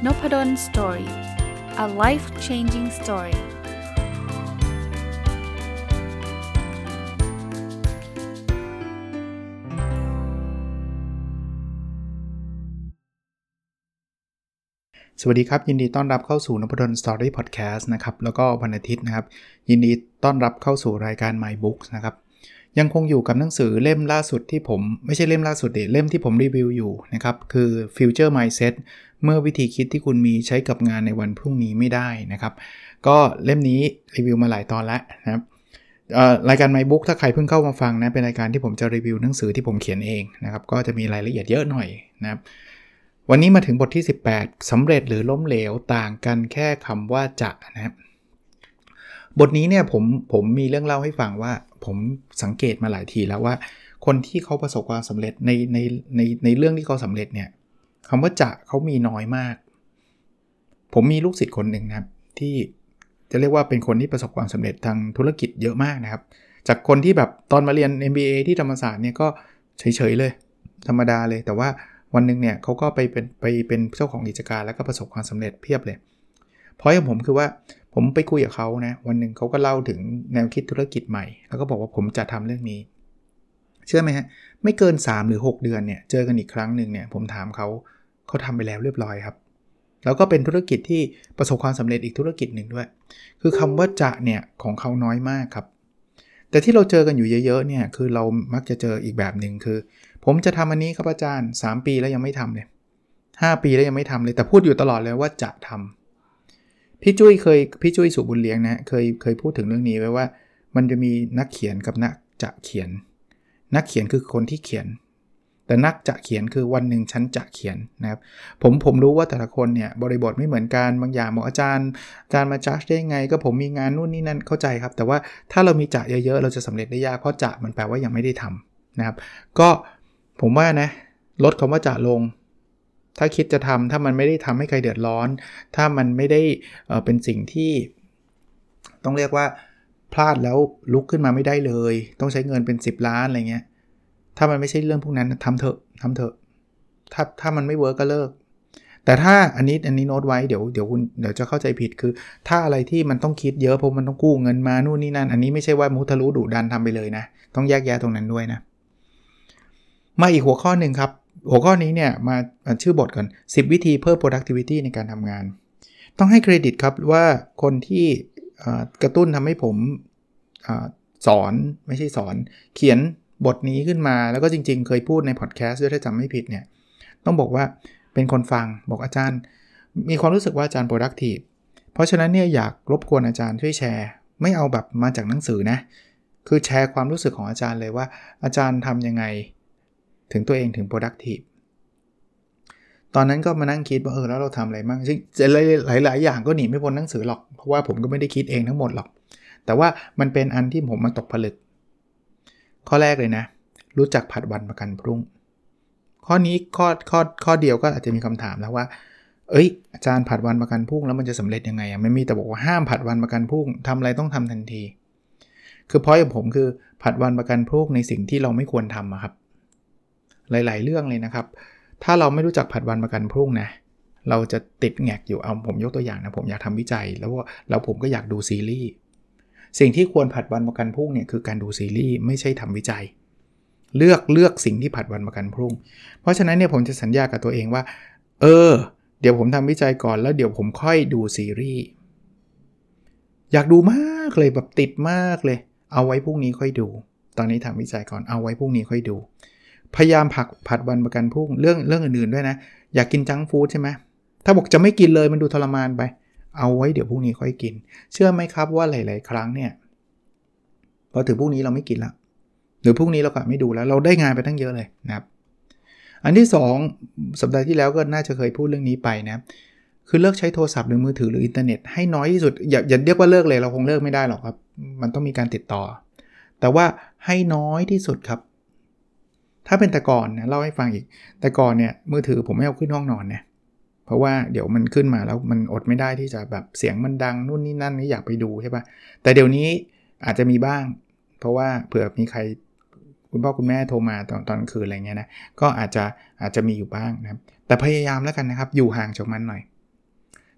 Nopadon Story. A life-changing story. สวัสดีครับยินดีต้อนรับเข้าสู่ Nopadon Story Podcast นะครับแล้วก็วันอาทิตย์นะครับยินดีต้อนรับเข้าสู่รายการ My Books นะครับยังคงอยู่กับหนังสือเล่มล่าสุดที่ผมไม่ใช่เล่มล่าสุดเล่มที่ผมรีวิวอยู่นะครับคือ Future Mindset เมื่อวิธีคิดที่คุณมีใช้กับงานในวันพรุ่งนี้ไม่ได้นะครับก็เล่มนี้รีวิวมาหลายตอนแล้วนะครับรายการ My Book ถ้าใครเพิ่งเข้ามาฟังนะเป็นรายการที่ผมจะรีวิวหนังสือที่ผมเขียนเองนะครับก็จะมีรายละเอียดเยอะหน่อยนะครับวันนี้มาถึงบทที่18สำเร็จหรือล้มเหลวต่างกันแค่คำว่าจะนะครับบทนี้เนี่ยผมมีเรื่องเล่าให้ฟังว่าผมสังเกตมาหลายทีแล้วว่าคนที่เขาประสบความสำเร็จในเรื่องที่เขาสำเร็จเนี่ยคำว่าจะเขามีน้อยมากผมมีลูกศิษย์คนหนึ่งนะครับที่จะเรียกว่าเป็นคนที่ประสบความสำเร็จทางธุรกิจเยอะมากนะครับจากคนที่แบบตอนมาเรียน MBA ที่ธรรมศาสตร์เนี่ยก็เฉยๆเลยธรรมดาเลยแต่ว่าวันนึงเนี่ยเขาก็ไปเป็นเจ้าของกิจการแล้วก็ประสบความสำเร็จเพียบเลยเพราะอย่างผมคือว่าผมไปคุยกับเขานะวันนึงเขาก็เล่าถึงแนวคิดธุรกิจใหม่แล้วก็บอกว่าผมจะทำเรื่องนี้เชื่อไหมฮะไม่เกิน3หรือ6เดือนเนี่ยเจอกันอีกครั้งนึงเนี่ยผมถามเขาทำไปแล้วเรียบร้อยครับแล้วก็เป็นธุรกิจที่ประสบความสำเร็จอีกธุรกิจหนึ่งด้วยคือคำว่าจะเนี่ยของเขาน้อยมากครับแต่ที่เราเจอกันอยู่เยอะๆเนี่ยคือเรามักจะเจออีกแบบนึงคือผมจะทำอันนี้ครับอาจารย์3ปีแล้วยังไม่ทำเลย5ปีแล้วยังไม่ทำเลยแต่พูดอยู่ตลอดเลยว่าจะทำพี่จุ้ยสุบุญเลี้ยงนะเคยพูดถึงเรื่องนี้ไว้ว่ามันจะมีนักเขียนกับนักจะเขียนนักเขียนคือคนที่เขียนแต่นักจะเขียนคือวันหนึ่งฉันจะเขียนนะครับผมรู้ว่าแต่ละคนเนี่ยบริบทไม่เหมือนกันบางอย่างบอกอาจารย์มาจัดได้ไงก็ผมมีงานนู่นนี่นั่นเข้าใจครับแต่ว่าถ้าเรามีจะเยอะๆเราจะสำเร็จได้ยากเพราะจะมันแปลว่ายังไม่ได้ทำนะครับก็ผมว่านะลดคำว่าจะลงถ้าคิดจะทำถ้ามันไม่ได้ทำให้ใครเดือดร้อนถ้ามันไม่ได้เป็นสิ่งที่ต้องเรียกว่าพลาดแล้วลุกขึ้นมาไม่ได้เลยต้องใช้เงินเป็น10ล้านอะไรเงี้ยถ้ามันไม่ใช่เรื่องพวกนั้นทำเถอะถ้ามันไม่เวิร์กก็เลิกแต่ถ้าอันนี้โน้ตไว้เดี๋ยวคุณจะเข้าใจผิดคือถ้าอะไรที่มันต้องคิดเยอะเพราะมันต้องกู้เงินมานู่นนี่นั่นอันนี้ไม่ใช่ว่ามุทะลุดุดันทำไปเลยนะต้องแยกแยะตรงนั้นด้วยนะมาอีกหัวข้อหนึ่งครับหัวข้อนี้เนี่ยมาชื่อบทก่อน10วิธีเพิ่ม productivity ในการทำงานต้องให้เครดิตครับว่าคนที่กระตุ้นทำให้ผมสอนไม่ใช่สอนเขียนบทนี้ขึ้นมาแล้วก็จริงๆเคยพูดในพอดแคสต์ด้วยถ้าจำไม่ผิดเนี่ยต้องบอกว่าเป็นคนฟังบอกอาจารย์มีความรู้สึกว่าอาจารย์ productive เพราะฉะนั้นเนี่ยอยากรบกวนอาจารย์ช่วยแชร์ไม่เอาแบบมาจากหนังสือนะคือแชร์ความรู้สึกของอาจารย์เลยว่าอาจารย์ทำยังไงถึงตัวเองถึง productive ตอนนั้นก็มานั่งคิดว่าแล้วเราทำอะไรบ้างซึ่งหลายอย่างก็หนีไม่พ้นหนังสือหรอกเพราะว่าผมก็ไม่ได้คิดเองทั้งหมดหรอกแต่ว่ามันเป็นอันที่ผมมาตกผลึกข้อแรกเลยนะรู้จักผัดวันประกันพรุ่งข้อนี้ข้อเดียวก็อาจจะมีคำถามแล้วว่าอาจารย์ผัดวันประกันพรุ่งแล้วมันจะสำเร็จยังไงไม่มีแต่บอกว่าห้ามผัดวันประกันพรุ่งทำอะไรต้องทำทันทีคือพอยของผมคือผัดวันประกันพรุ่งในสิ่งที่เราไม่ควรทำครับหลายๆเรื่องเลยนะครับถ้าเราไม่รู้จักผัดวันประกันพรุ่งนะเราจะติดแงกอยู่ผมยกตัวอย่างนะผมอยากทำวิจัยแล้วผมก็อยากดูซีรีส์สิ่งที่ควรผัดวันประกันพรุ่งเนี่ยคือการดูซีรีส์ไม่ใช่ทำวิจัยเลือกสิ่งที่ผัดวันประกันพรุ่งเพราะฉะนั้นเนี่ยผมจะสัญญากับตัวเองว่าเดี๋ยวผมทำวิจัยก่อนแล้วเดี๋ยวผมค่อยดูซีรีส์อยากดูมากเลยแบบติดมากเลยเอาไว้พรุ่งนี้ค่อยดูตอนนี้ทำวิจัยก่อนเอาไว้พรุ่งนี้ค่อยดูพยายามผัดวันประกันพรุ่งเรื่องอื่นๆด้วยนะอยากกินจังก์ฟู้ดใช่ไหมถ้าบอกจะไม่กินเลยมันดูทรมานไปเอาไว้เดี๋ยวพรุ่งนี้ค่อยกินเชื่อไหมครับว่าหลายๆครั้งเนี่ยพอถึงพรุ่งนี้เราไม่กินละหรือพรุ่งนี้เราก็ไม่ดูแล้วเราได้งานไปตั้งเยอะเลยนะครับอันที่2สัปดาห์ที่แล้วก็น่าจะเคยพูดเรื่องนี้ไปนะคือเลิกใช้โทรศัพท์หรือมือถือหรืออินเทอร์เน็ตให้น้อยที่สุดอย่าเรียกว่าเลิกเลยเราคงเลิกไม่ได้หรอกครับมันต้องมีการติดต่อแต่ว่าให้น้อยที่สุดครับถ้าเป็นแต่ก่อนนะเล่าให้ฟังอีกแต่ก่อนเนี่ยมือถือผมไม่เอาขึ้นห้องนอนเนี่ยเพราะว่าเดี๋ยวมันขึ้นมาแล้วมันอดไม่ได้ที่จะแบบเสียงมันดังนู่นนี่นั่นนี่อยากไปดูใช่ป่ะแต่เดี๋ยวนี้อาจจะมีบ้างเพราะว่าเผื่อมีใครคุณพ่อคุณแม่โทรมาตอนกลางคืนอะไรเงี้ยนะก็อาจจะมีอยู่บ้างนะครับแต่พยายามแล้วกันนะครับอยู่ห่างจากมันหน่อย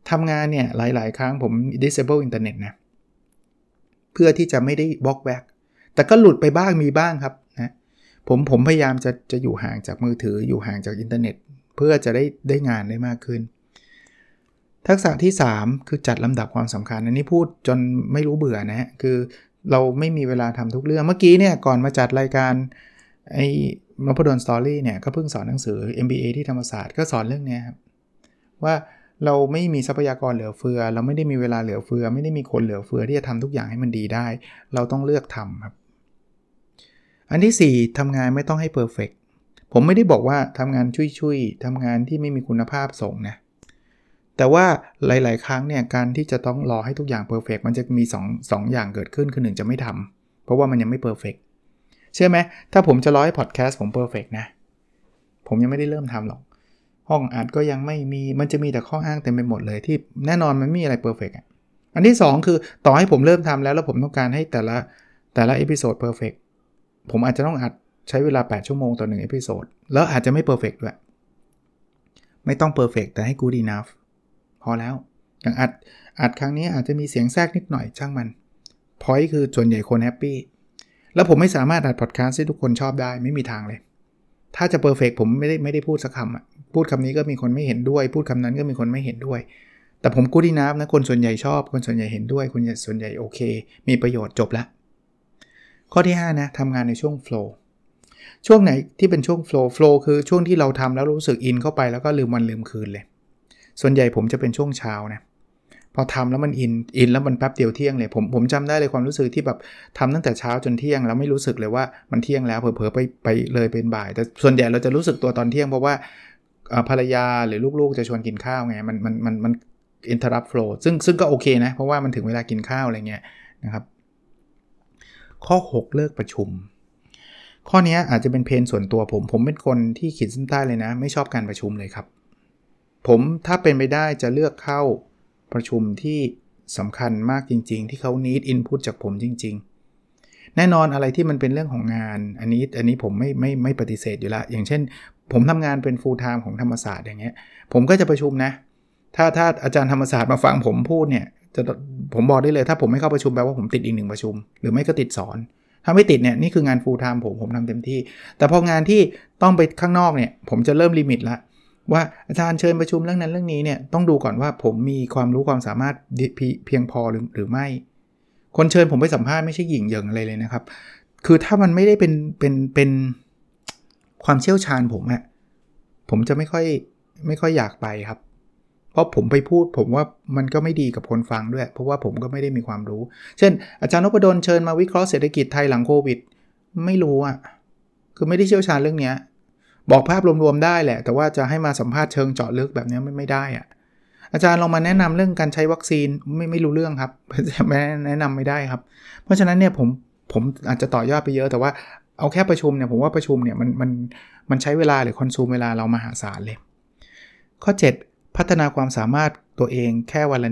ทำงานเนี่ยหลายๆครั้งผม disable อินเทอร์เน็ตนะเพื่อที่จะไม่ได้บล็อกแบ็กแต่ก็หลุดไปบ้างมีบ้างครับนะผมพยายามจะอยู่ห่างจากมือถืออยู่ห่างจากอินเทอร์เน็ตเพื่อจะได้งานได้มากขึ้นทักษะที่3คือจัดลำดับความสำคัญอันนี้พูดจนไม่รู้เบื่อนะฮะคือเราไม่มีเวลาทำทุกเรื่องเมื่อกี้เนี่ยก่อนมาจัดรายการไอ้นพดลสตอรี่เนี่ยก็เพิ่งสอนหนังสือ MBA ที่ธรรมศาสตร์ก็สอนเรื่องนี้ครับว่าเราไม่มีทรัพยากรเหลือเฟือเราไม่ได้มีเวลาเหลือเฟือไม่ได้มีคนเหลือเฟือที่จะทำทุกอย่างให้มันดีได้เราต้องเลือกทำครับอันที่4ทำงานไม่ต้องให้เพอร์เฟกต์ผมไม่ได้บอกว่าทำงานชุยๆทำงานที่ไม่มีคุณภาพส่งนะแต่ว่าหลายๆครั้งเนี่ยการที่จะต้องรอให้ทุกอย่างเพอร์เฟกต์มันจะมี2อย่างเกิดขึ้นคือ1จะไม่ทำเพราะว่ามันยังไม่เพอร์เฟกต์เชื่อไหมถ้าผมจะรอให้พอดแคสต์ผมเพอร์เฟกต์นะผมยังไม่ได้เริ่มทำหรอกห้องอัดก็ยังไม่มีมันจะมีแต่ข้ออ้างเต็มไปหมดเลยที่แน่นอนมันไม่มีอะไรเพอร์เฟกต์อันที่2คือต่อให้ผมเริ่มทำแล้วผมต้องการให้แต่ละเอพิโซดเพอร์เฟกต์ผมอาจจะต้องอัดใช้เวลา8ชั่วโมงต่อ1เอพิโซดแล้วอาจจะไม่เพอร์เฟกต์ด้วยไม่ต้องเพอร์เฟกต์แต่ให้ good enough พอแล้วอย่างอัดครั้งนี้อาจจะมีเสียงแทรกนิดหน่อยช่างมัน point คือส่วนใหญ่คนแฮปปี้แล้วผมไม่สามารถอัดพอดแคสต์ให้ทุกคนชอบได้ไม่มีทางเลยถ้าจะเพอร์เฟกต์ผมไม่ได้พูดสักคำพูดคำนี้ก็มีคนไม่เห็นด้วยพูดคำนั้นก็มีคนไม่เห็นด้วยแต่ผมกู๊ดดีนัฟนะคนส่วนใหญ่ชอบคนส่วนใหญ่เห็นด้วยคนส่วนใหญ่โอเคมีประโยชน์จบละข้อที่5นะทำงานในช่วงโฟลว์ช่วงไหนที่เป็นช่วงโฟลว์คือช่วงที่เราทำแล้วรู้สึกอินเข้าไปแล้วก็ลืมวันลืมคืนเลยส่วนใหญ่ผมจะเป็นช่วงเช้านะพอทำแล้วมันอินแล้วมันแป๊บเดียวเที่ยงเลยผมจำได้เลยความรู้สึกที่แบบทำตั้งแต่เช้าจนเที่ยงแล้วไม่รู้สึกเลยว่ามันเที่ยงแล้วเผลอๆไปเลยเป็นบ่ายแต่ส่วนใหญ่เราจะรู้สึกตัวตอนเที่ยงเพราะว่าภรรยาหรือลูกๆจะชวนกินข้าวไงมัน interrupt flow ซึ่งก็โอเคนะเพราะว่ามันถึงเวลากินข้าวอะไรเงี้ยนะครับข้อ6เลิกประชุมข้อนี้อาจจะเป็นเพนส่วนตัวผมเป็นคนที่ขีดเส้นใต้เลยนะไม่ชอบการประชุมเลยครับผมถ้าเป็นไปได้จะเลือกเข้าประชุมที่สำคัญมากจริงๆที่เขา need input จากผมจริงๆแน่นอนอะไรที่มันเป็นเรื่องของงานอันนี้ผมไม่ปฏิเสธอยู่ละอย่างเช่นผมทำงานเป็น full time ของธรรมศาสตร์อย่างเงี้ยผมก็จะประชุมนะถ้าอาจารย์ธรรมศาสตร์มาฟังผมพูดเนี่ยผมบอกได้เลยถ้าผมไม่เข้าประชุมแปลว่าผมติดอีก1ประชุมหรือไม่ก็ติดสอนถ้าไม่ติดเนี่ยนี่คืองาน full time ผมทำเต็มที่แต่พองานที่ต้องไปข้างนอกเนี่ยผมจะเริ่มลิมิตละว่าอาจารย์เชิญประชุมเรื่องนั้นเรื่องนี้เนี่ยต้องดูก่อนว่าผมมีความรู้ความสามารถเพียงพอหรือไม่คนเชิญผมไปสัมภาษณ์ไม่ใช่หยิ่งเหยิงอะไรเลยนะครับคือถ้ามันไม่ได้เป็นความเชี่ยวชาญผมจะไม่ค่อยอยากไปครับเพราะผมไปพูดผมว่ามันก็ไม่ดีกับคนฟังด้วยเพราะว่าผมก็ไม่ได้มีความรู้เช่นอาจารย์นพดลเชิญมาวิเคราะห์เศรษฐกิจไทยหลังโควิดไม่รู้คือไม่ได้เชี่ยวชาญเรื่องนี้บอกภาพรวมๆได้แหละแต่ว่าจะให้มาสัมภาษณ์เชิงเจาะลึกแบบนี้ไม่ได้อาจารย์ลองมาแนะนำเรื่องการใช้วัคซีนไม่รู้เรื่องครับแนะนำไม่ได้ครับเพราะฉะนั้นเนี่ยผมอาจจะต่อยอดไปเยอะแต่ว่าเอาแค่ประชุมเนี่ยผมว่าประชุมเนี่ยมันใช้เวลาหรือคอนซูมเวลาเรามหาศาลเลยข้อ7พัฒนาความสามารถตัวเองแค่วันละ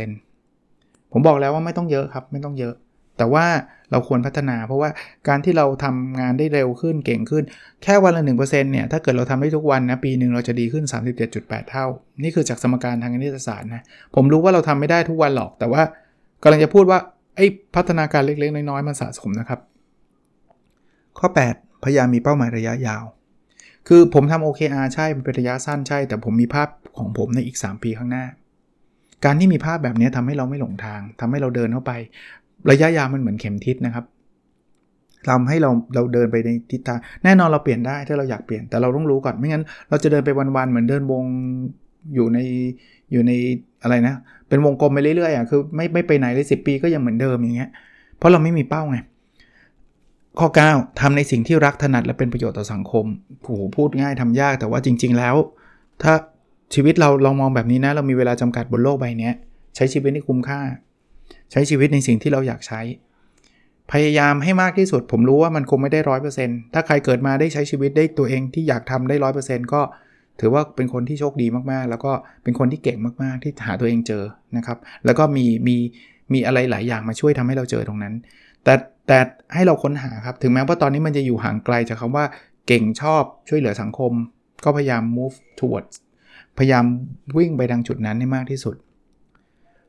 1% ผมบอกแล้วว่าไม่ต้องเยอะครับไม่ต้องเยอะแต่ว่าเราควรพัฒนาเพราะว่าการที่เราทำงานได้เร็วขึ้นเก่งขึ้นแค่วันละ 1% เนี่ยถ้าเกิดเราทำได้ทุกวันนะปีนึงเราจะดีขึ้น 37.8 เท่านี่คือจากสมการทางคณิตศาสตร์นะผมรู้ว่าเราทำไม่ได้ทุกวันหรอกแต่ว่ากำลังจะพูดว่าไอ้พัฒนาการเล็กๆน้อยๆมันสะสมนะครับข้อ8พยายามมีเป้าหมายระยะยาวคือผมทำ OKR ใช่มันเป็นระยะสั้นใช่แต่ผมมีภาพของผมในอีก3ปีข้างหน้าการที่มีภาพแบบนี้ทำให้เราไม่หลงทางทำให้เราเดินเข้าไประยะยาวมันเหมือนเข็มทิศนะครับทำให้เราเดินไปในทิศทางแน่นอนเราเปลี่ยนได้ถ้าเราอยากเปลี่ยนแต่เราต้องรู้ก่อนไม่งั้นเราจะเดินไปวันๆเหมือนเดินวงอยู่ในอะไรนะเป็นวงกลมไปเรื่อยๆคือไม่ไปไหนเลย10 ปีก็ยังเหมือนเดิมอย่างเงี้ยเพราะเราไม่มีเป้าไงข้อ9ทำในสิ่งที่รักถนัดและเป็นประโยชน์ต่อสังคมพูดง่ายทำยากแต่ว่าจริงๆแล้วถ้าชีวิตเราลองมองแบบนี้นะเรามีเวลาจำกัดบนโลกใบนี้ใช้ชีวิตให้คุ้มค่าใช้ชีวิตในสิ่งที่เราอยากใช้พยายามให้มากที่สุดผมรู้ว่ามันคงไม่ได้ 100% ถ้าใครเกิดมาได้ใช้ชีวิตได้ตัวเองที่อยากทำได้ 100% ก็ถือว่าเป็นคนที่โชคดีมากๆแล้วก็เป็นคนที่เก่งมากๆที่หาตัวเองเจอนะครับแล้วก็มีอะไรหลายอย่างมาช่วยทำให้เราเจอตรงนั้นแต่ให้เราค้นหาครับถึงแม้ว่าตอนนี้มันจะอยู่ห่างไกลจากคำว่าเก่งชอบช่วยเหลือสังคมก็พยายาม move towards พยายามวิ่งไปทางจุดนั้นให้มากที่สุด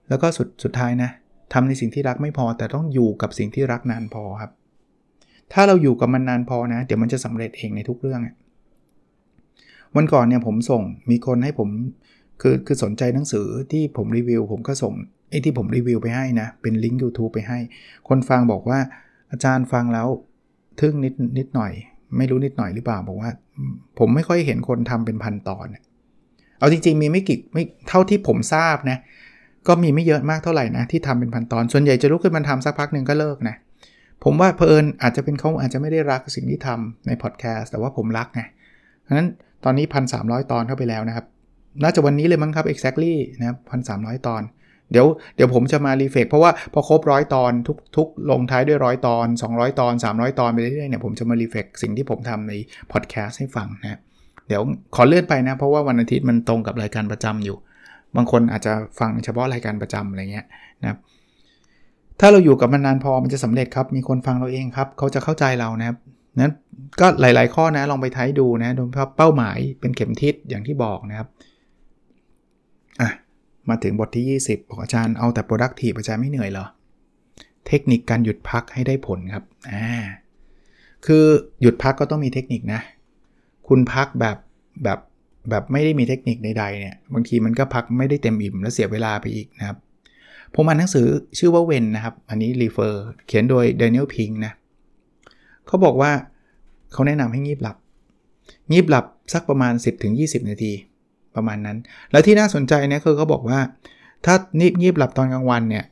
แล้วก็สุดท้ายนะทำในสิ่งที่รักไม่พอแต่ต้องอยู่กับสิ่งที่รักนานพอครับถ้าเราอยู่กับมันนานพอนะเดี๋ยวมันจะสำเร็จเองในทุกเรื่องวันก่อนเนี่ยผมส่งมีคนให้ผมคือสนใจหนังสือที่ผมรีวิวผมก็ส่งไอ้ที่ผมรีวิวไปให้นะเป็นลิงก์ YouTube ไปให้คนฟังบอกว่าอาจารย์ฟังแล้วทึ่งนิดหน่อยไม่รู้นิดหน่อยหรือเปล่าบอกว่าผมไม่ค่อยเห็นคนทำเป็นพันตอนเอาจริงๆมีไม่เท่าที่ผมทราบนะก็มีไม่เยอะมากเท่าไหร่นะที่ทำเป็นพันตอนส่วนใหญ่จะลุกขึ้นมาทำสักพักนึงก็เลิกนะผมว่าเผอิญอาจจะเป็นเขาอาจจะไม่ได้รักสิ่งที่ทำในพอดแคสต์แต่ว่าผมรักไงเพราะฉะนั้นตอนนี้ 1,300 ตอนเข้าไปแล้วนะครับน่าจะวันนี้เลยมั้งครับ exactly นะครับ 1,300 ตอนเดี๋ยวผมจะมารีเฟกเพราะว่าพอครบ100ตอนทุกลงท้ายด้วย100ตอน200ตอน300ตอนไปเรื่อยๆเนี่ยผมจะมารีเฟกสิ่งที่ผมทำในพอดแคสต์ให้ฟังนะเดี๋ยวขอเลื่อนไปนะเพราะว่าวันอาทิตย์มันตรงกับรายการประจำอยู่บางคนอาจจะฟังเฉพาะรายการประจำอะไรเงี้ยนะครับถ้าเราอยู่กับมันนานพอมันจะสำเร็จครับมีคนฟังเราเองครับเขาจะเข้าใจเรานะครับนั้นก็หลายๆข้อนะลองไปไทยดูนะโดยเฉพาะเป้าหมายเป็นเข็มทิศอย่างที่บอกนะครับมาถึงบทที่20บอกอาจารย์เอาแต่ productive อาจารย์ไม่เหนื่อยเหรอเทคนิคการหยุดพักให้ได้ผลครับคือหยุดพักก็ต้องมีเทคนิคนะคุณพักแบบไม่ได้มีเทคนิคใดๆเนี่ยบางทีมันก็พักไม่ได้เต็มอิ่มแล้วเสียเวลาไปอีกนะครับผมอ่านหนังสือชื่อว่าเวนนะครับอันนี้รีเฟอร์เขียนโดย Daniel Pink นะเขาบอกว่าเขาแนะนำให้งีบหลับสักประมาณ 10-20 นาทีประมาณนั้นแล้วที่น่าสนใจเนี่ยคือเขาบอกว่าถ้างีบหลับตอนกลางวันเนี่ย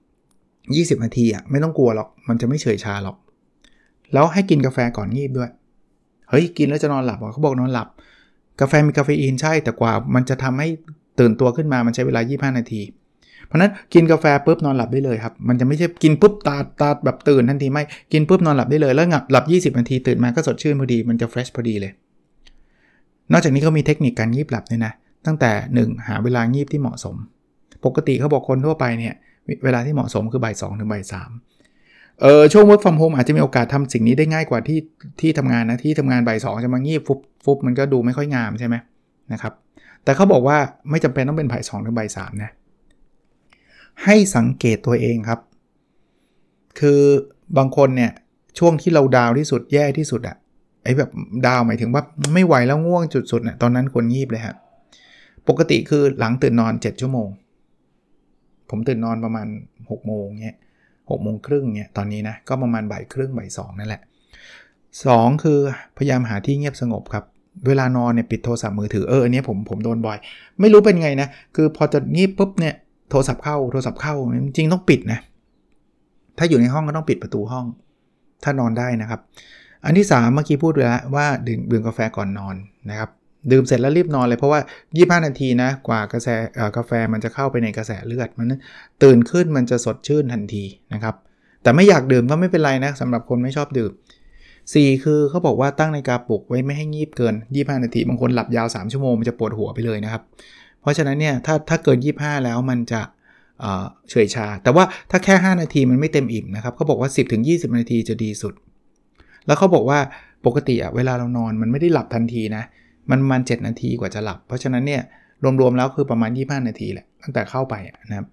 20นาทีไม่ต้องกลัวหรอกมันจะไม่เฉยชาหรอกแล้วให้กินกาแฟก่อนงีบด้วยเฮ้ยกินแล้วจะนอนหลับเหรอเขาบอกนอนหลับกาแฟมีคาเฟอีนใช่แต่กว่ามันจะทำให้ตื่นตัวขึ้นมามันใช้เวลา25นาทีเพราะนั้นกินกาแฟปุ๊บนอนหลับได้เลยครับมันจะไม่ใช่กินปุ๊บตาแบบตื่นทันทีไม่กินปุ๊บนอนหลับได้เลยแล้วหลับ20นาทีตื่นมาก็สดชื่นพอดีมันจะเฟรชพอดีเลยนอกจากนี้เขามีเทคนิคการงีบหลับด้วยนะตั้งแต่1หาเวลางีบที่เหมาะสมปกติเขาบอกคนทั่วไปเนี่ยเวลาที่เหมาะสมคือบ่าย 2 ถึงบ่าย 3ช่วง work from home อาจจะมีโอกาสทำสิ่งนี้ได้ง่ายกว่าที่ทำงานนะที่ทำงานบ่าย 2จะมางีบฟุบมันก็ดูไม่ค่อยงามใช่ไหมนะครับแต่เขาบอกว่าไม่จำเป็นต้องเป็นบ่าย 2 ถึงบ่าย 3นะให้สังเกตตัวเองครับคือบางคนเนี่ยช่วงที่เราดาวที่สุดแย่ที่สุดไอ้แบบดาวหมายถึงว่าไม่ไหวแล้วง่วงสุดๆตอนนั้นควรงีบเลยครับปกติคือหลังตื่นนอน7ชั่วโมงผมตื่นนอนประมาณ6โมงเงี้ย6โมงครึ่งเงี้ยตอนนี้นะก็ประมาณบ่ายครึ่งบ่าย2นั่นแหละ2คือพยายามหาที่เงียบสงบครับเวลานอนเนี่ยปิดโทรศัพท์มือถืออันนี้ผมโดนบ่อยไม่รู้เป็นไงนะคือพอจะงีบปุ๊บเนี่ยโทรศัพท์เข้าจริงต้องปิดนะถ้าอยู่ในห้องก็ต้องปิดประตูห้องถ้านอนได้นะครับอันที่3เมื่อกี้พูดไปแล้วว่าดื่มกาแฟก่อนนอนนะครับดื่มเสร็จแล้วรีบนอนเลยเพราะว่า25นาทีนะกว่ากาแฟมันจะเข้าไปในกระแสเลือดมันตื่นขึ้นมันจะสดชื่นทันทีนะครับแต่ไม่อยากดื่มก็ไม่เป็นไรนะสำหรับคนไม่ชอบดื่ม4คือเขาบอกว่าตั้งนาฬิกาปลุกไว้ไม่ให้งีบเกิน25นาทีบางคนหลับยาว3ชั่วโมงมันจะปวดหัวไปเลยนะครับเพราะฉะนั้นเนี่ยถ้าเกิน25แล้วมันจะเฉยชาแต่ว่าถ้าแค่5นาทีมันไม่เต็มอิ่มนะครับเขาบอกว่า 10-20 นาทีจะดีสุดแล้วเขาบอกว่าปกติเวลาเรานอนมันไม่ได้หลับทันทีนะมัน7นาทีกว่าจะหลับเพราะฉะนั้นเนี่ยรวมๆแล้วคือประมาณ25นาทีแหละตั้งแต่เข้าไปนะครับ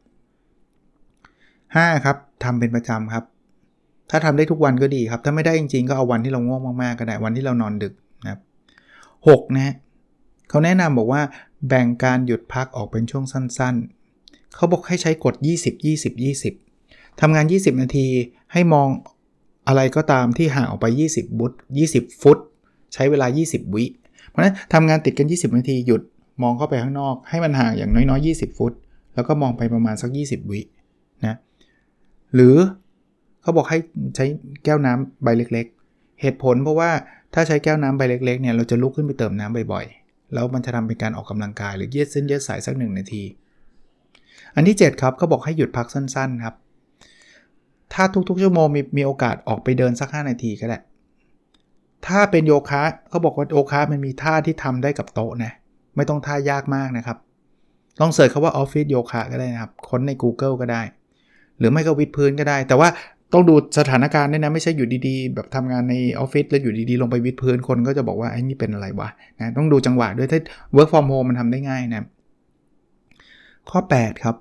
5ครับทำเป็นประจำครับถ้าทำได้ทุกวันก็ดีครับถ้าไม่ได้จริงๆก็เอาวันที่เราง่วงมากๆก็ได้วันที่เรานอนดึกนะครับ6นะเขาแนะนำบอกว่าแบ่งการหยุดพักออกเป็นช่วงสั้นๆเขาบอกให้ใช้กฎ20-20-20ทำงาน20นาทีให้มองอะไรก็ตามที่ห่างออกไป20 ฟุตใช้เวลา20วิเพราะฉะนั้นทำงานติดกัน20นาทีหยุดมองเข้าไปข้างนอกให้มันห่างอย่างน้อยๆ20ฟุตแล้วก็มองไปประมาณสัก20วินะหรือเขาบอกให้ใช้แก้วน้ำใบเล็กๆเหตุผลเพราะว่าถ้าใช้แก้วน้ำใบเล็กๆเนี่ยเราจะลุกขึ้นไปเติมน้ำบ่อยๆแล้วมันจะทำเป็นการออกกำลังกายหรือยืดเส้นยืดสายสัก1นาทีอันที่7ครับเขาบอกให้หยุดพักสั้นๆครับถ้าทุกๆชั่วโมงมีโอกาสออกไปเดินสัก5นาทีก็ได้ถ้าเป็นโยคะเขาบอกว่าโยคะมันมีท่าที่ทำได้กับโต๊ะนะไม่ต้องท่ายากมากนะครับลองเสิร์ชคำว่าออฟฟิศโยคะก็ได้นะครับค้นใน Google ก็ได้หรือไม่ก็วิดพื้นก็ได้แต่ว่าต้องดูสถานการณ์ด้วยนะไม่ใช่อยู่ดีๆแบบทำงานในออฟฟิศแล้วอยู่ดีๆลงไปวิดพื้นคนก็จะบอกว่าไอ้นี่เป็นอะไรวะนะต้องดูจังหวะด้วยถ้า work from home มันทำได้ง่ายนะข้อ8ครับ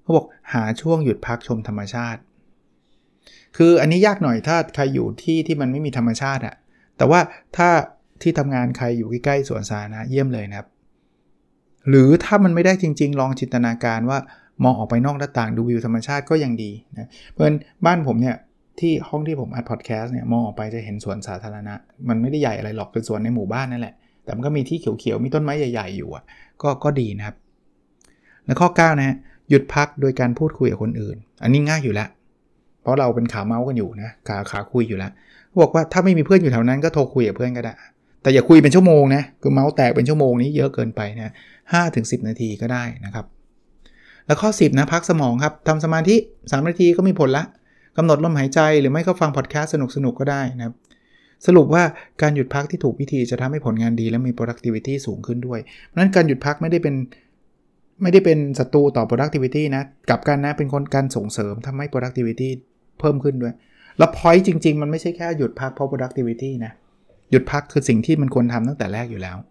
เขาบอกหาช่วงหยุดพักชมธรรมชาติคืออันนี้ยากหน่อยถ้าใครอยู่ที่มันไม่มีธรรมชาติอะแต่ว่าถ้าที่ทำงานใครอยู่ใกล้ๆสวนสาธารณะเยี่ยมเลยนะครับหรือถ้ามันไม่ได้จริงๆลองจินตนาการว่ามองออกไปนอกหน้าต่างดูวิวธรรมชาติก็ยังดีนะเพราะฉะนั้นบ้านผมเนี่ยที่ห้องที่ผมอัดพอดแคสต์เนี่ยมองออกไปจะเห็นสวนสาธารณะมันไม่ได้ใหญ่อะไรหรอกเป็นสวนในหมู่บ้านนั่นแหละแต่มันก็มีที่เขียวๆมีต้นไม้ใหญ่ๆอยู่อ่ะก็ดีนะครับและข้อ9นะฮะหยุดพักโดยการพูดคุยกับคนอื่นอันนี้ง่ายอยู่แล้วเพราะเราเป็นขาเมาส์กันอยู่นะขาคุยอยู่แล้วบอกว่าถ้าไม่มีเพื่อนอยู่แถวนั้นก็โทรคุยกับเพื่อนก็ได้แต่อย่าคุยเป็นชั่วโมงนะคือเมาส์แตกเป็นชั่วโมงนี้เยอะเกินไปนะ 5-10 นาทีก็ได้นะครับแล้วข้อ10นะพักสมองครับทำสมาธิ3 นาทีก็มีผลละกำหนดลมหายใจหรือไม่ก็ฟังพอดแคสต์สนุกๆก็ได้นะครับสรุปว่าการหยุดพักที่ถูกวิธีจะทำให้ผลงานดีและมี productivity สูงขึ้นด้วยเพราะฉะนั้นการหยุดพักไม่ได้เป็นศัตรูต่อ productivity นะกลับกันนะเป็นการส่งเสริมทำให้ productivity เพิ่มขึ้นด้วยแล้ว point จริงๆมันไม่ใช่แค่หยุดพักเพราะ productivity นะหยุดพักคือสิ่งที่มันควรทำตั้งแต่แรกอยู่แล้ว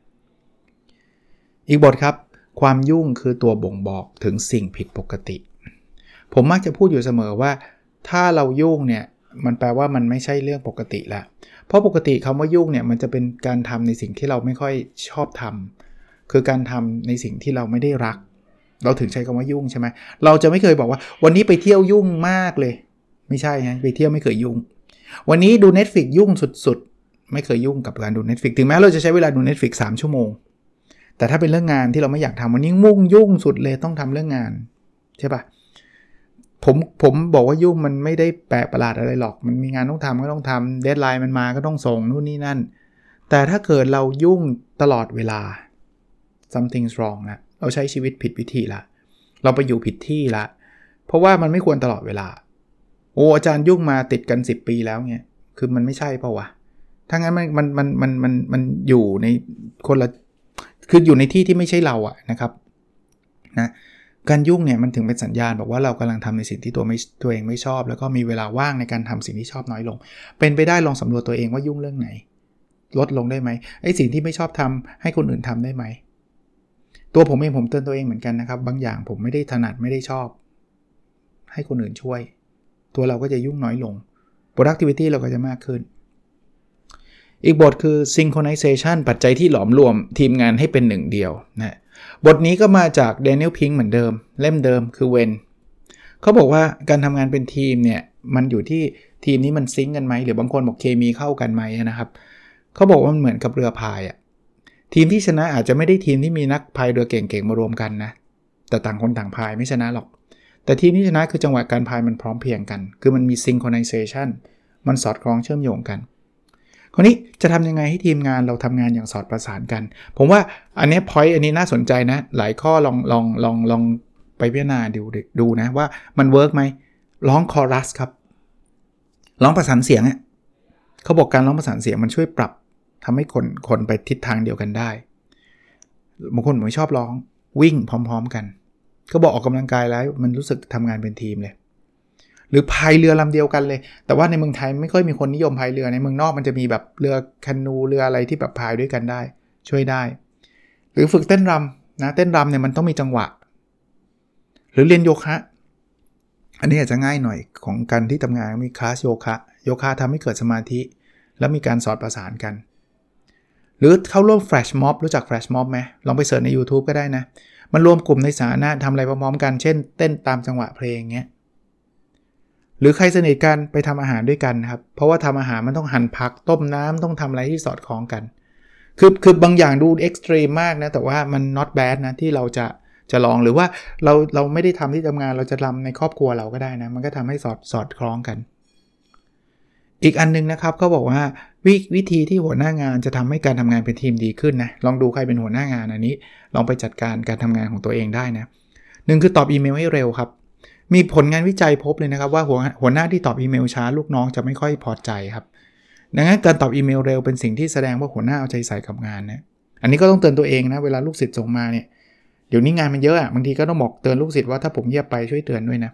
อีกบทครับความยุ่งคือตัวบ่งบอกถึงสิ่งผิดปกติผมมักจะพูดอยู่เสมอว่าถ้าเรายุ่งเนี่ยมันแปลว่ามันไม่ใช่เรื่องปกติละเพราะปกติคำว่ายุ่งเนี่ยมันจะเป็นการทำในสิ่งที่เราไม่ค่อยชอบทำคือการทำในสิ่งที่เราไม่ได้รักเราถึงใช้คำว่ายุ่งใช่ไหมเราจะไม่เคยบอกว่าวันนี้ไปเที่ยวยุ่งมากเลยไม่ใช่นะไปเที่ยวไม่เคยยุ่งวันนี้ดู Netflix ยุ่งสุดๆไม่เคยยุ่งกับการดู Netflix ถึงแม้เราจะใช้เวลาดู Netflix 3 ชั่วโมงแต่ถ้าเป็นเรื่องงานที่เราไม่อยากทำวันนี้ยุ่งสุดเลยต้องทำเรื่องงานใช่ปะผมบอกว่ายุ่งมันไม่ได้แปลกประหลาดอะไรหรอกมันมีงานต้องทำก็ต้องทำเดดไลน์มันมาก็ต้องส่งนู่นนี่นั่นแต่ถ้าเกิดเรายุ่งตลอดเวลา something's wrong นะเราใช้ชีวิตผิดวิธีละเราไปอยู่ผิดที่ละเพราะว่ามันไม่ควรตลอดเวลาโอ้อาจารย์ยุ่งมาติดกัน10 ปีแล้วเนี่ยคือมันไม่ใช่เปล่าวะถ้างั้นมันอยู่ในคนละคืออยู่ในที่ที่ไม่ใช่เราอะนะครับนะการยุ่งเนี่ยมันถึงเป็นสัญญาณบอกว่าเรากำลังทำในสิ่งที่ตัวเองไม่ชอบแล้วก็มีเวลาว่างในการทำสิ่งที่ชอบน้อยลงเป็นไปได้ลองสำรวจตัวเองว่ายุ่งเรื่องไหนลดลงได้ไหมไอ้สิ่งที่ไม่ชอบทำให้คนอื่นทำได้ไหมตัวผมเองผมเตือนตัวเองเหมือนกันนะครับบางอย่างผมไม่ได้ถนัดไม่ได้ชอบให้คนอื่นช่วยตัวเราก็จะยุ่งน้อยลง productivity เราก็จะมากขึ้นอีกบทคือ synchronization ปัจจัยที่หลอมรวมทีมงานให้เป็นหนึ่งเดียวนะบทนี้ก็มาจาก Daniel Pink เหมือนเดิมเล่มเดิมคือ When เขาบอกว่าการทำงานเป็นทีมเนี่ยมันอยู่ที่ทีมนี้มันซิงค์กันไหมหรือบางคนบอกเคมีเข้ากันไหมนะครับเขาบอกว่ามันเหมือนกับเรือพายอะทีมที่ชนะอาจจะไม่ได้ทีมที่มีนักพายเรือเก่งๆมารวมกันนะแต่ต่างคนต่างพายไม่ชนะหรอกแต่ทีมที่ชนะคือจังหวะการพายมันพร้อมเพรียงกันคือมันมี synchronization มันสอดคล้องเชื่อมโยงกันคราวนี้จะทำยังไงให้ทีมงานเราทำงานอย่างสอดประสานกันผมว่าอันนี้ point อันนี้น่าสนใจนะหลายข้อลองไปพิจารณาดูนะว่ามันเวิร์กไหมร้องคอรัสครับร้องประสานเสียงอ่ะเขาบอกการร้องประสานเสียงมันช่วยปรับทำให้คนไปทิศทางเดียวกันได้บางคนไม่ชอบร้องวิ่งพร้อมๆกันเขาบอกออกกำลังกายแล้วมันรู้สึกทำงานเป็นทีมเลยหรือพายเรือลำเดียวกันเลยแต่ว่าในเมืองไทยไม่ค่อยมีคนนิยมพายเรือในเมืองนอกมันจะมีแบบเรือแคนูเรืออะไรที่แบบพายด้วยกันได้ช่วยได้หรือฝึกเต้นรำนะเต้นรำเนี่ยมันต้องมีจังหวะหรือเรียนโยคะอันนี้อาจจะง่ายหน่อยของการที่ทำงานมีคลาสโยคะทำให้เกิดสมาธิแล้วมีการสอดประสานกันหรือเข้าร่วมแฟลชม็อบรู้จักแฟลชม็อบไหมลองไปเสิร์ชใน YouTube ก็ได้นะมันรวมกลุ่มในสาธารณะทำอะไรพร้อมๆกันเช่นเต้นตามจังหวะเพลงเงี้ยหรือใครสนิทกันไปทำอาหารด้วยกันครับเพราะว่าทำอาหารมันต้องหั่นผักต้มน้ำต้องทำอะไรที่สอดคล้องกันคือบางอย่างดูเอ็กซ์ตรีมมากนะแต่ว่ามัน not bad นะที่เราจะลองหรือว่าเราไม่ได้ทำที่ทำงานเราจะทำในครอบครัวเราก็ได้นะมันก็ทำให้สอดคล้องกันอีกอันนึงนะครับเขาบอกว่าวิธีที่หัวหน้างานจะทำให้การทำงานเป็นทีมดีขึ้นนะลองดูใครเป็นหัวหน้างานอันนี้ลองไปจัดการทำงานของตัวเองได้นะ1คือตอบอีเมลให้เร็วครับมีผลงานวิจัยพบเลยนะครับว่าหัวหน้าที่ตอบอีเมลช้าลูกน้องจะไม่ค่อยพอใจครับดังนั้นการตอบอีเมลเร็วเป็นสิ่งที่แสดงว่าหัวหน้าเอาใจใส่กับงานนะอันนี้ก็ต้องเตือนตัวเองนะเวลาลูกศิษย์ส่งมาเนี่ยเดี๋ยวนี้งานมันเยอะอ่ะบางทีก็ต้องบอกเตือนลูกศิษย์ว่าถ้าผมเงียบไปช่วยเตือนด้วยนะ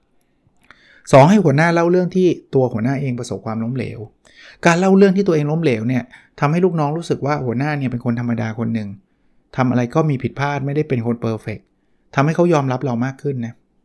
2ให้หัวหน้าเล่าเรื่องที่ตัวหัวหน้าเองประสบความล้มเหลวการเล่าเรื่องที่ตัวเองล้มเหลวเนี่ยทำให้ลูกน้องรู้สึกว่าหัวหน้าเนี่ยเป็นคนธรรมดาคนหนึ่งทำอะไรก็มีผิดพลาดไม่ได้เป็นคนเพอร์เฟกต์ทำให้เขายอมรับเรามากขึ้นนะ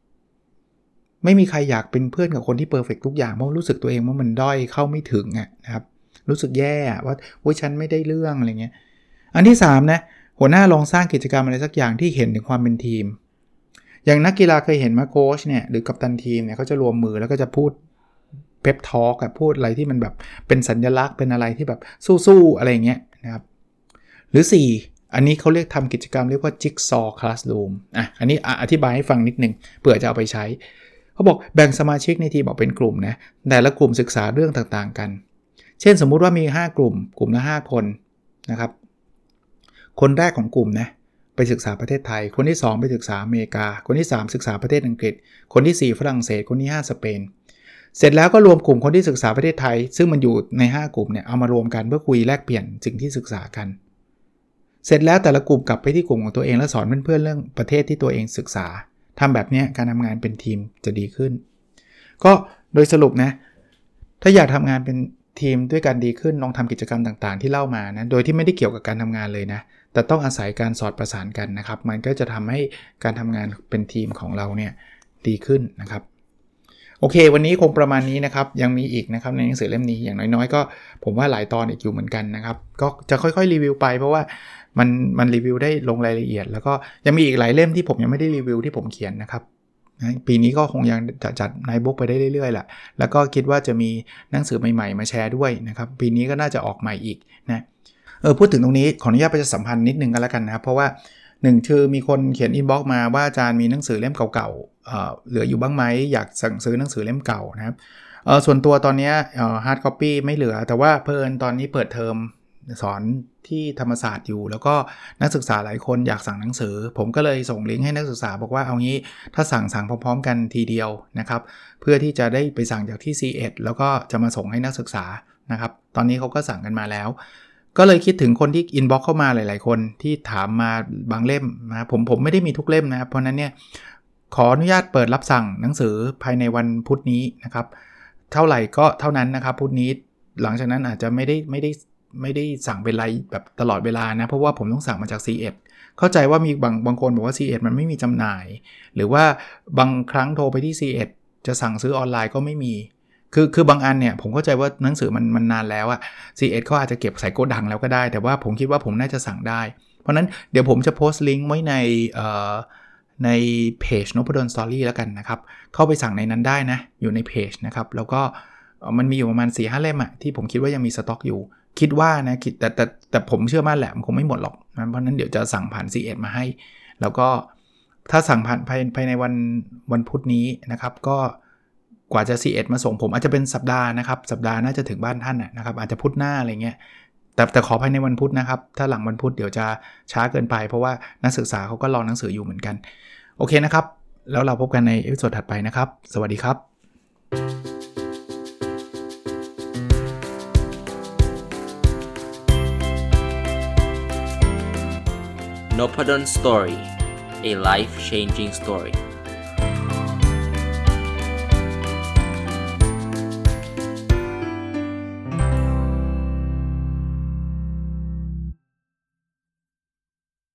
ไม่มีใครอยากเป็นเพื่อนกับคนที่เพอร์เฟกต์ทุกอย่างเพราะรู้สึกตัวเองว่ามันด้อยเข้าไม่ถึงนะครับรู้สึกแย่ว่าโอ๊ยฉันไม่ได้เรื่องอะไรเงี้ยอันที่3นะหัวหน้าลองสร้างกิจกรรมอะไรสักอย่างที่เห็นถึงความเป็นทีมอย่างนักกีฬาเคยเห็นมาโค้ชเนี่ยหรือกัปตันทีมเนี่ยเขาจะรวมมือแล้วก็จะพูดเพปทอล์กพูดอะไรที่มันแบบเป็นสัญลักษณ์เป็นอะไรที่แบบสู้ๆอะไรเงี้ยนะครับหรือ4อันนี้เขาเรียกทำกิจกรรมเรียกว่า Jigsaw Classroom อันนี้อธิบายให้ฟังนิดนึงเผื่อจะเอาไปใช้เขาบอกแบ่งสมาชิกในทีมออกเป็นกลุ่มนะแต่ละกลุ่มศึกษาเรื่องต่างๆกันเช่นสมมุติว่ามี5กลุ่มละ5คนนะครับคนแรกของกลุ่มนะไปศึกษาประเทศไทยคนที่2ไปศึกษาอเมริกาคนที่3ศึกษาประเทศอังกฤษคนที่4ฝรั่งเศสคนที่5สเปนเสร็จแล้วก็รวมกลุ่มคนที่ศึกษาประเทศไทยซึ่งมันอยู่ใน5กลุ่มเนี่ยเอามารวมกันเพื่อคุยแลกเปลี่ยนสิ่งที่ศึกษากันเสร็จแล้วแต่ละกลุ่มกลับไปที่กลุ่มของตัวเองแล้วสอนเพื่อนๆเรื่องประเทศที่ตัวเองศึกษาทำแบบนี้การทำงานเป็นทีมจะดีขึ้นก็โดยสรุปนะถ้าอยากทำงานเป็นทีมด้วยกันดีขึ้นลองทำกิจกรรมต่างๆที่เล่ามานะโดยที่ไม่ได้เกี่ยวกับการทำงานเลยนะแต่ต้องอาศัยการสอดประสานกันนะครับมันก็จะทำให้การทำงานเป็นทีมของเราเนี่ยดีขึ้นนะครับโอเควันนี้คงประมาณนี้นะครับยังมีอีกนะครับในหนังสือเล่มนี้อย่างน้อยๆก็ผมว่าหลายตอนอีกอยู่เหมือนกันนะครับก็จะค่อยๆรีวิวไปเพราะว่ามันรีวิวได้ลงรายละเอียดแล้วก็ยังมีอีกหลายเล่มที่ผมยังไม่ได้รีวิวที่ผมเขียนนะครับปีนี้ก็คงยังจัดในบุ๊กไปได้เรื่อยๆแหละแล้วก็คิดว่าจะมีหนังสือใหม่ๆมาแชร์ด้วยนะครับปีนี้ก็น่าจะออกใหม่อีกนะพูดถึงตรงนี้ขออนุญาตประชาสัมพันธ์นิดนึงกันแล้วกันนะครับเพราะว่า1คือมีคนเขียนอินบ็อกซ์มาว่าอาจารย์มีหนังสือเล่มเก่าๆเหลืออยู่บ้างไหมอยากสั่งซื้อหนังสือเล่มเก่านะครับส่วนตัวตอนนี้ฮาร์ดคอปปี้ไม่เหลือแต่ว่าเพิ่นตอนนี้เปิดเทอมสอนที่ธรรมศาสตร์อยู่แล้วก็นักศึกษาหลายคนอยากสั่งหนังสือผมก็เลยส่งลิงก์ให้นักศึกษาบอกว่าเอางี้ถ้าสั่งพร้อมๆกันทีเดียวนะครับเพื่อที่จะได้ไปสั่งจากที่ C1 แล้วก็จะมาส่งให้นักศึกษานะครับตอนนี้เขาก็สั่งกันมาแล้วก็เลยคิดถึงคนที่อินบ็อกซ์เข้ามาหลายๆคนที่ถามมาบางเล่มนะผมไม่ได้มีทุกเล่มนะครับเพราะนั้นเนี่ยขออนุญาตเปิดรับสั่งหนังสือภายในวันพุธนี้นะครับเท่าไหร่ก็เท่านั้นนะครับพุธนี้หลังจากนั้นอาจจะไม่ได้สั่งเป็นรายแบบตลอดเวลานะเพราะว่าผมต้องสั่งมาจาก C1 เข้าใจว่ามีบางคนบอกว่า C1 มันไม่มีจำหน่ายหรือว่าบางครั้งโทรไปที่ C1 จะสั่งซื้อออนไลน์ก็ไม่มีคือบางอันเนี่ยผมเข้าใจว่าหนังสือมันนานแล้วอะ C1 เขาอาจจะเก็บใส่โกดังแล้วก็ได้แต่ว่าผมคิดว่าผมน่าจะสั่งได้เพราะนั้นเดี๋ยวผมจะโพสต์ลิงก์ไว้ในเพจนพดลสตอรี่แล้วกันนะครับเข้าไปสั่งในนั้นได้นะอยู่ในเพจนะครับแล้วก็มันมีอยู่ประมาณ 4-5 เล่มอะที่ผมคิดว่ายังมีสต็อกอยู่คิดว่านะแต่ผมเชื่อมั่นแหละมันคงไม่หมดหรอกเพราะนั้นเดี๋ยวจะสั่งผ่าน C1 มาให้แล้วก็ถ้าสั่งผ่านภายในวันพุธนี้นะครับก็กว่าจะ C1 มาส่งผมอาจจะเป็นสัปดาห์นะครับสัปดาห์น่าจะถึงบ้านท่านนะครับอาจจะพุธหน้าอะไรเงี้ยแต่ขอภายในวันพุธนะครับถ้าหลังวันพุธเดี๋ยวจะช้าเกินไปเพราะว่านักศึกษาเขาก็รอหนังสืออยู่เหมือนกันโอเคนะครับแล้วเราพบกันในเอพิโซดถัดไปนะครับสวัสดีครับ Noppadan Story, a life-changing story.